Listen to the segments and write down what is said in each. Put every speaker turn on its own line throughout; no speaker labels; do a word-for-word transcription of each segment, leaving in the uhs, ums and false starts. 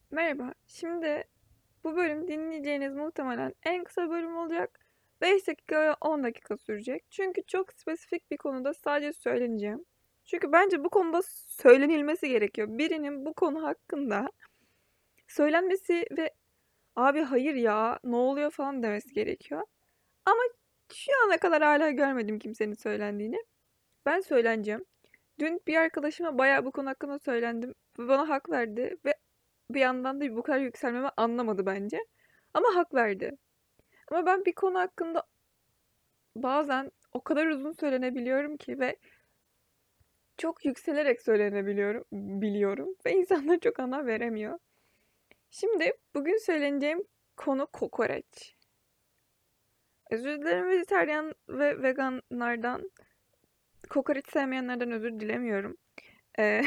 Merhaba. Şimdi bu bölüm dinleyeceğiniz muhtemelen en kısa bölüm olacak. beş dakika ve on dakika sürecek. Çünkü çok spesifik bir konuda sadece söyleneceğim. Çünkü bence bu konuda söylenilmesi gerekiyor. Birinin bu konu hakkında söylenmesi ve abi hayır ya ne oluyor falan demesi gerekiyor. Ama şu ana kadar hala görmedim kimsenin söylendiğini. Ben söyleneceğim. Dün bir arkadaşıma bayağı bu konu hakkında söylendim ve bana hak verdi ve bir yandan da bu kadar yükselmemi anlamadı bence. Ama hak verdi. Ama ben bir konu hakkında bazen o kadar uzun söylenebiliyorum ki ve çok yükselerek söylenebiliyorum, biliyorum ve insanlar çok ana veremiyor. Şimdi bugün söyleneceğim konu kokoreç. Özür dilerim vejetaryen ve veganlardan, kokoreç sevmeyenlerden özür dilemiyorum. Ee,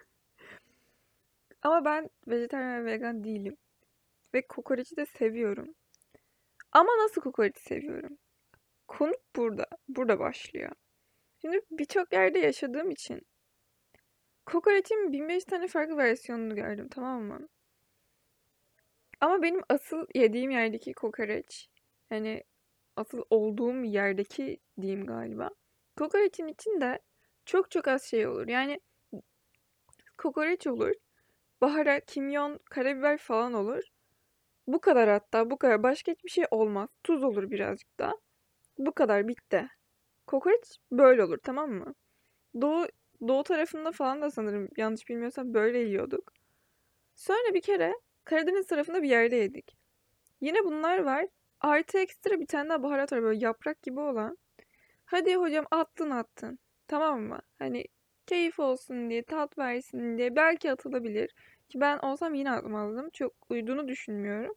ama ben vejetaryen ve vegan değilim. Ve kokoreçi de seviyorum. Ama nasıl kokoreç seviyorum? Konu burada. Burada başlıyor. Şimdi birçok yerde yaşadığım için kokoreçin bin beş tane farklı versiyonunu gördüm, tamam mı? Ama benim asıl yediğim yerdeki kokoreç, yani asıl olduğum yerdeki diyeyim galiba. Kokoreçin içinde çok çok az şey olur. Yani kokoreç olur, baharat, kimyon, karabiber falan olur. Bu kadar, hatta bu kadar. Başka hiçbir şey olmaz. Tuz olur birazcık da. Bu kadar, bitti. Kokoreç böyle olur, tamam mı? Doğu, doğu tarafında falan da sanırım yanlış bilmiyorsam böyle yiyorduk. Sonra bir kere Karadeniz tarafında bir yerde yedik. Yine bunlar var. Artı ekstra bir tane daha baharat var, böyle yaprak gibi olan. Hadi hocam attın attın. Tamam mı? Hani keyif olsun diye, tat versin diye belki atılabilir. Ki ben olsam yine atmazdım. Çok uyduğunu düşünmüyorum.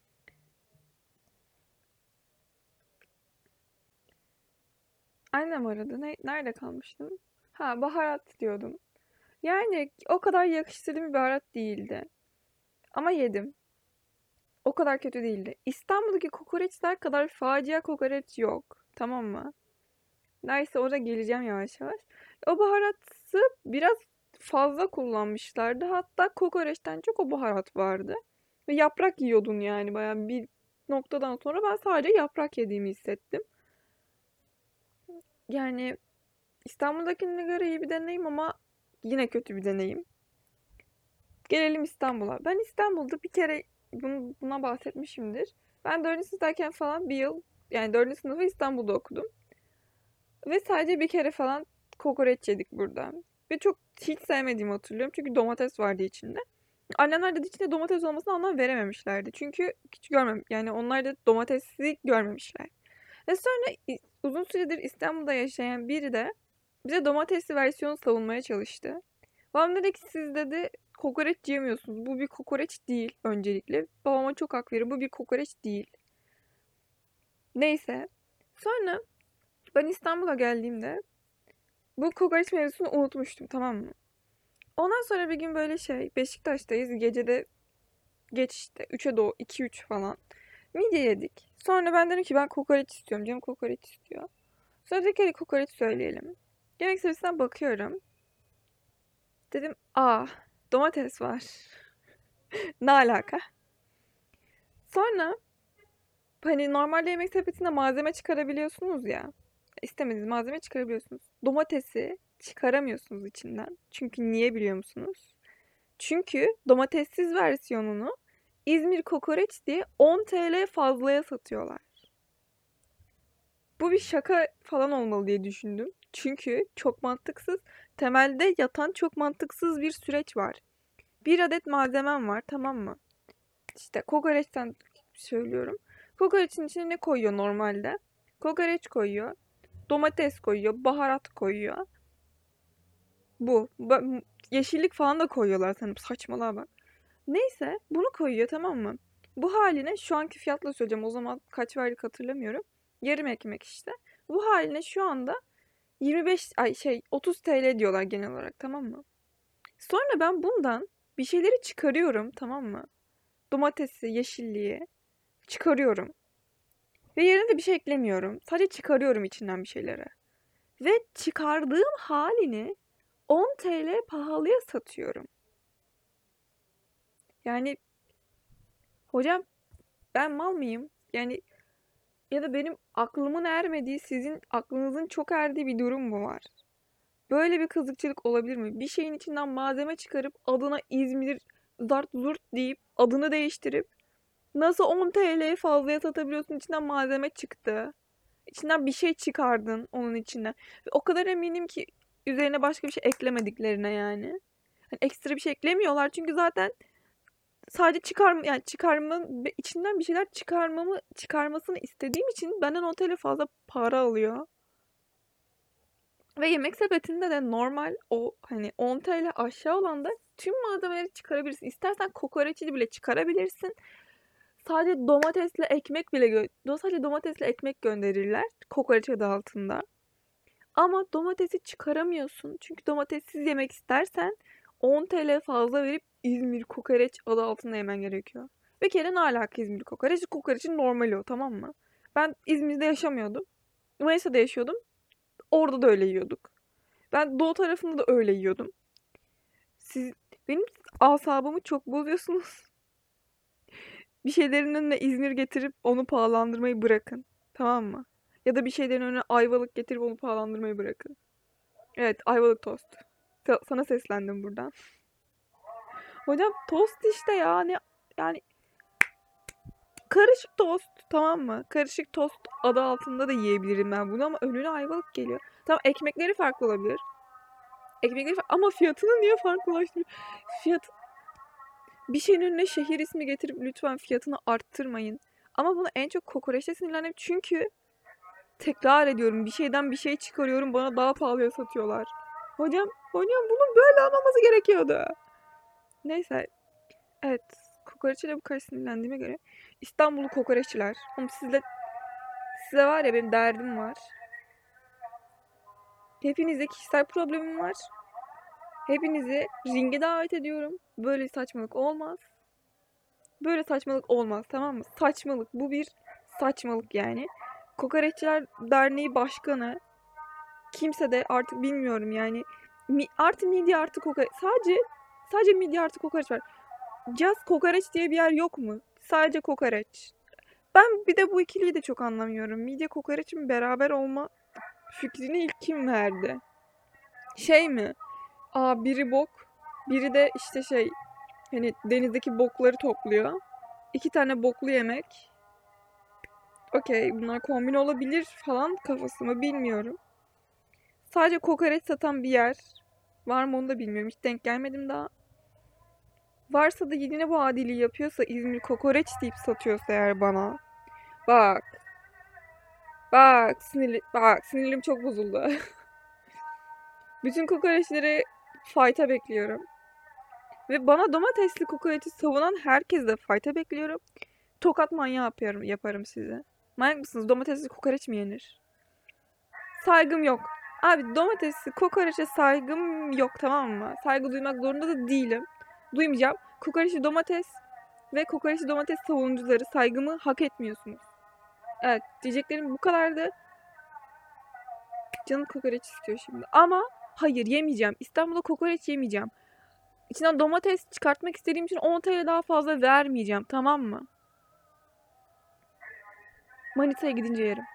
Annem aradı. Ne, nerede kalmıştım? Ha, baharat diyordum. Yani o kadar yakıştırdığım bir baharat değildi. Ama yedim. O kadar kötü değildi. İstanbul'daki kokoreçler kadar facia kokoreç yok. Tamam mı? Neyse, orada geleceğim yavaş yavaş. O baharatı biraz fazla kullanmışlardı. Hatta kokoreçten çok o baharat vardı. Ve yaprak yiyordun yani, bayağı bir noktadan sonra ben sadece yaprak yediğimi hissettim. Yani İstanbul'dakine göre iyi bir deneyim ama yine kötü bir deneyim. Gelelim İstanbul'a. Ben İstanbul'da bir kere bunu, buna bahsetmişimdir. Ben dördüncü sınıftayken falan bir yıl, yani dördüncü sınıfı İstanbul'da okudum. Ve sadece bir kere falan kokoreç yedik burada. Ve çok hiç sevmediğimi hatırlıyorum. Çünkü domates vardı içinde. Annemler de içinde domates olmasına anlam verememişlerdi. Çünkü hiç görmem, yani onlar da domatesi görmemişler. Ve sonra uzun süredir İstanbul'da yaşayan biri de bize domatesli versiyonu savunmaya çalıştı. Babam dedi ki siz dedi kokoreç yemiyorsunuz. Bu bir kokoreç değil öncelikle. Babama çok hak veriyorum. Bu bir kokoreç değil. Neyse. Sonra ben İstanbul'a geldiğimde bu kokoreç mevzusunu unutmuştum, tamam mı? Ondan sonra bir gün böyle şey Beşiktaş'tayız. Gecede geç işte üçe doğru, iki üç falan. Midye yedik. Sonra ben dedim ki ben kokoreç istiyorum. Canım kokoreç istiyor. Sonra dedik hadi kokoreç söyleyelim. Yemek sepetinden bakıyorum. Dedim aa, domates var. Ne alaka? Sonra hani normalde yemek sepetinde malzeme çıkarabiliyorsunuz ya. İstemediğiniz malzeme çıkarabiliyorsunuz. Domatesi çıkaramıyorsunuz içinden. Çünkü niye biliyor musunuz? Çünkü domatessiz versiyonunu İzmir kokoreç diye on T L fazlaya satıyorlar. Bu bir şaka falan olmalı diye düşündüm. Çünkü çok mantıksız. Temelde yatan çok mantıksız bir süreç var. Bir adet malzemem var, tamam mı? İşte kokoreçten söylüyorum. Kokoreçin içine ne koyuyor normalde? Kokoreç koyuyor. Domates koyuyor. Baharat koyuyor. Bu. Yeşillik falan da koyuyorlar sanırım. Saçmalığa bak. Neyse bunu koyuyor, tamam mı? Bu haline şu anki fiyatla söyleyeceğim. O zaman kaç verdik hatırlamıyorum. Yarım ekmek işte. Bu haline şu anda yirmi beş ay şey otuz T L diyorlar genel olarak, tamam mı? Sonra ben bundan bir şeyleri çıkarıyorum, tamam mı? Domatesi, yeşilliği çıkarıyorum. Ve yerine de bir şey eklemiyorum. Sadece çıkarıyorum içinden bir şeyleri. Ve çıkardığım halini on T L pahalıya satıyorum. Yani Hocam ben mal mıyım? Yani ya da benim aklımın ermediği, sizin aklınızın çok erdiği bir durum mu var? Böyle bir kazıkçılık olabilir mi? Bir şeyin içinden malzeme çıkarıp adına İzmir zart zurt deyip adını değiştirip nasıl on T L'ye fazlaya satabiliyorsun? İçinden malzeme çıktı. İçinden bir şey çıkardın onun içinden. Ve o kadar eminim ki üzerine başka bir şey eklemediklerine yani. Hani ekstra bir şey eklemiyorlar çünkü zaten sadece çıkar yani çıkarma içinden bir şeyler çıkarmamı çıkarmasını istediğim için benden on T L fazla para alıyor. Ve yemek sepetinde de normal o hani on T L aşağı olan da tüm malzemeleri çıkarabilirsin. İstersen kokoreçi bile çıkarabilirsin. Sadece domatesle ekmek bile gö- sadece domatesle ekmek gönderirler kokoreç adı altında. Ama domatesi çıkaramıyorsun. Çünkü domatessiz yemek istersen on T L fazla verip İzmir kokoreç adı altında yemen gerekiyor. Bir kere ne alaka İzmir kokoreç? Kokoreçin normali o, tamam mı? Ben İzmir'de yaşamıyordum. Manisa'da yaşıyordum. Orada da öyle yiyorduk. Ben doğu tarafında da öyle yiyordum. Siz benim asabımı çok bozuyorsunuz. Bir şeylerin önüne İzmir getirip onu pahalandırmayı bırakın. Tamam mı? Ya da bir şeylerin önüne Ayvalık getirip onu pahalandırmayı bırakın. Evet, Ayvalık tost. Sa- Sana seslendim buradan. Hocam tost işte ya. Ne, yani karışık tost, tamam mı? Karışık tost adı altında da yiyebilirim ben bunu ama önüne Ayvalık geliyor. Tamam, ekmekleri farklı olabilir. Ekmekleri fa- ama fiyatını niye farklılaştırıyor? Fiyat Bir şeyin önüne şehir ismi getirip lütfen fiyatını arttırmayın. Ama bunu en çok kokoreçte sinirlendim çünkü tekrar ediyorum, bir şeyden bir şey çıkarıyorum, bana daha pahalıya satıyorlar. Hocam, hocam bunun böyle olmaması gerekiyordu. Neyse, evet, kokoreçle bu kadar sinirlendiğime göre İstanbul'u kokoreççiler. Ama sizde, size var ya, benim derdim var. Hepinizde kişisel problemim var. Hepinizi ringe davet ediyorum. Böyle saçmalık olmaz. Böyle saçmalık olmaz, tamam mı? Saçmalık. Bu bir saçmalık yani. Kokoreççiler Derneği Başkanı kimse de artık bilmiyorum yani. Mi, artı midye artı kokoreç. Sadece sadece midye artı kokoreç var. Just kokoreç diye bir yer yok mu? Sadece kokoreç. Ben bir de bu ikiliyi de çok anlamıyorum. Midye kokoreçin beraber olma fikrini ilk kim verdi? Şey mi? Aa, biri bok, biri de işte şey, hani denizdeki bokları topluyor. İki tane boklu yemek. Okey, bunlar kombin olabilir falan kafası mı bilmiyorum. Sadece kokoreç satan bir yer var mı onu da bilmiyorum. Hiç denk gelmedim daha. Varsa da yine bu adiliği yapıyorsa, İzmir kokoreç deyip satıyorsa eğer bana. Bak, bak sinirli, bak sinirim çok bozuldu. Bütün kokoreçleri fight'a bekliyorum. Ve bana domatesli kokoreçi savunan herkes de fight'a bekliyorum. Tokat manyağı yaparım, yaparım size. Manyak mısınız? Domatesli kokoreç mi yenir? Saygım yok. Abi domatesli kokoreçe saygım yok, tamam mı? Saygı duymak zorunda da değilim. Duymayacağım. Kokoreçli domates ve kokoreçli domates savunucuları, saygımı hak etmiyorsunuz. Evet, diyeceklerim bu kadardı. Canım kokoreç istiyor şimdi. Ama hayır, yemeyeceğim. İstanbul'da kokoreç yemeyeceğim. İçinden domates çıkartmak istediğim için on T L daha fazla vermeyeceğim, tamam mı? Manita'ya gidince yerim.